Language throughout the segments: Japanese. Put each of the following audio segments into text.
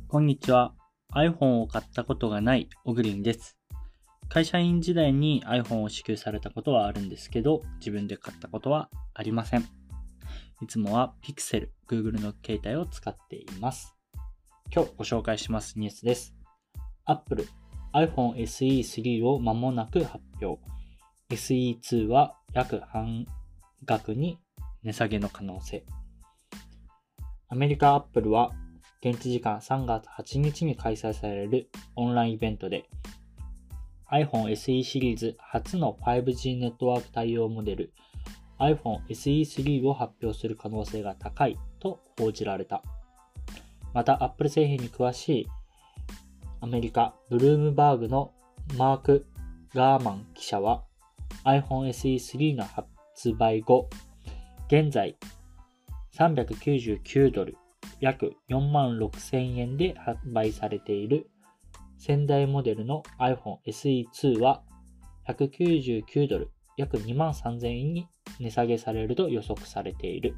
こんにちは。iPhone を買ったことがないオグリンです。会社員時代に iPhone を支給されたことはあるんですけど、自分で買ったことはありません。いつもは Pixel、Google の携帯を使っています。今日ご紹介しますニュースです。Apple、iPhone SE3 を間もなく発表。SE2 は約半額に値下げの可能性。アメリカ Apple は現地時間3月8日に開催されるオンラインイベントで iPhone SE シリーズ初の 5G ネットワーク対応モデル iPhone SE3 を発表する可能性が高いと報じられた。また Apple 製品に詳しいアメリカブルームバーグのマーク・ガーマン記者は iPhone SE3 の発売後、現在$399約46,000円で発売されている先代モデルの iPhone SE2 は$199約23,000円に値下げされると予測している。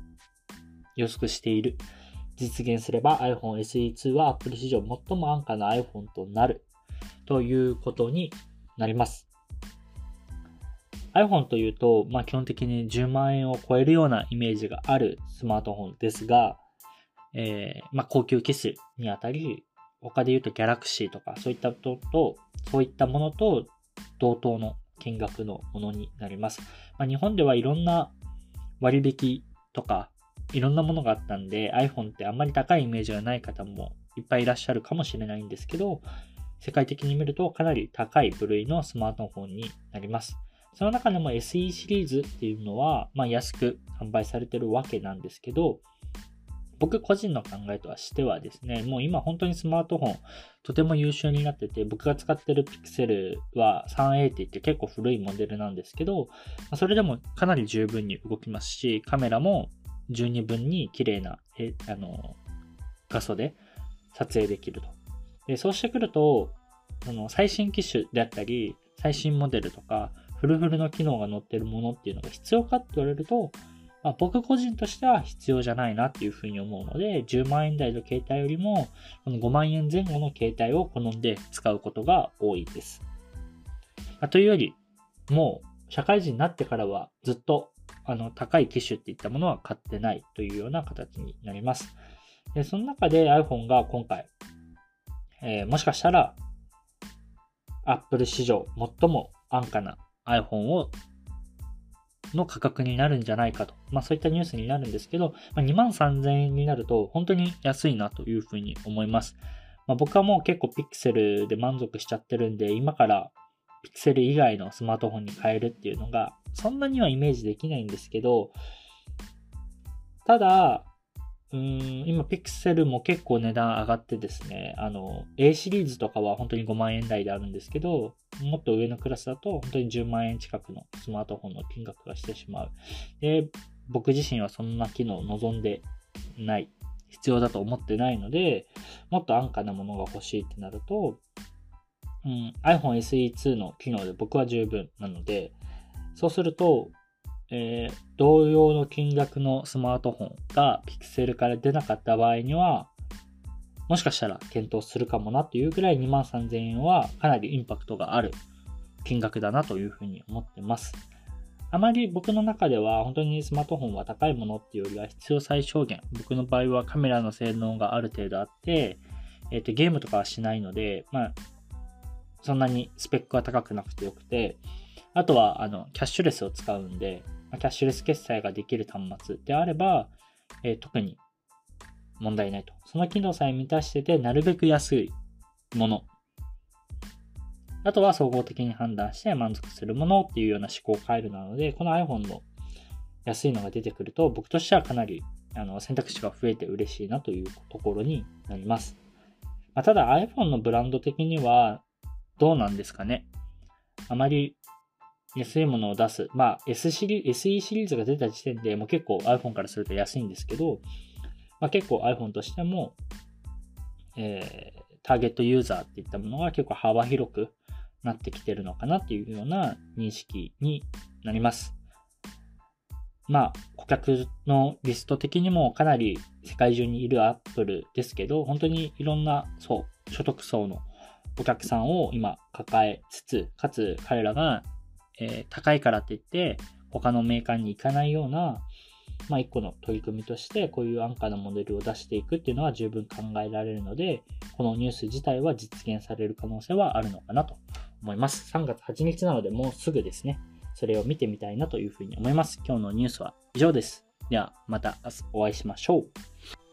実現すれば iPhone SE2 は Apple 史上最も安価な iPhone となるということになります。iPhone というと、基本的に10万円を超えるようなイメージがあるスマートフォンですが、高級機種にあたり、他で言うと Galaxy とかそういったものと同等の金額のものになります。日本ではいろんな割引とかいろんなものがあったんで iPhone ってあんまり高いイメージがない方もいっぱいいらっしゃるかもしれないんですけど、世界的に見るとかなり高い部類のスマートフォンになります。その中でも SE シリーズっていうのは、安く販売されてるわけなんですけど、僕個人の考えとしてはですね、もう今本当にスマートフォンとても優秀になってて、僕が使ってる Pixel は 3A って言って結構古いモデルなんですけど、それでもかなり十分に動きますし、カメラも十二分に綺麗な画素で撮影できると。でそうしてくると、最新機種であったり、最新モデルとか、フルフルの機能が載ってるものっていうのが必要かって言われると、僕個人としては必要じゃないなっていうふうに思うので、10万円台の携帯よりも、この5万円前後の携帯を好んで使うことが多いです。というより、もう社会人になってからはずっと高い機種っていったものは買ってないというような形になります。でその中で iPhone が今回、もしかしたら Apple 史上最も安価な iPhone の価格になるんじゃないかと。そういったニュースになるんですけど、23,000円になると本当に安いなというふうに思います。僕はもう結構 Pixel で満足しちゃってるんで、今から Pixel 以外のスマートフォンに変えるっていうのがそんなにはイメージできないんですけど、ただ、今 Pixel も結構値段上がってですね、A シリーズとかは本当に5万円台であるんですけど、もっと上のクラスだと本当に10万円近くのスマートフォンの金額がしてしまう。で、僕自身はそんな機能を望んでない、必要だと思ってないので、もっと安価なものが欲しいってなると、iPhone SE2 の機能で僕は十分なので、そうすると、同様の金額のスマートフォンが Pixel から出なかった場合には、もしかしたら検討するかもなというくらい 23,000 円はかなりインパクトがある金額だなというふうに思ってます。あまり僕の中では本当にスマートフォンは高いものっていうよりは必要最小限。僕の場合はカメラの性能がある程度あって、ゲームとかはしないので、そんなにスペックは高くなくてよくて、あとはキャッシュレスを使うんで、キャッシュレス決済ができる端末であれば、特に問題ないと。その機能さえ満たしてて、なるべく安いもの。あとは総合的に判断して満足するものっていうような思考回路なので、この iPhone の安いのが出てくると、僕としてはかなり選択肢が増えて嬉しいなというところになります。ただ iPhone のブランド的にはどうなんですかね。あまり安いものを出す。SE シリーズが出た時点でもう結構 iPhone からすると安いんですけど、結構 iPhone としても、ターゲットユーザーっていったものが結構幅広くなってきてるのかなっていうような認識になります。 客のリスト的にもかなり世界中にいるアップルですけど、本当にいろんな、所得層のお客さんを今抱えつつ、かつ彼らが、高いからって言って他のメーカーに行かないような、一個の取り組みとしてこういう安価なモデルを出していくっていうのは十分考えられるので、このニュース自体は実現される可能性はあるのかなと思います。3月8日なのでもうすぐですね。それを見てみたいなというふうに思います。今日のニュースは以上です。ではまた明日お会いしましょう。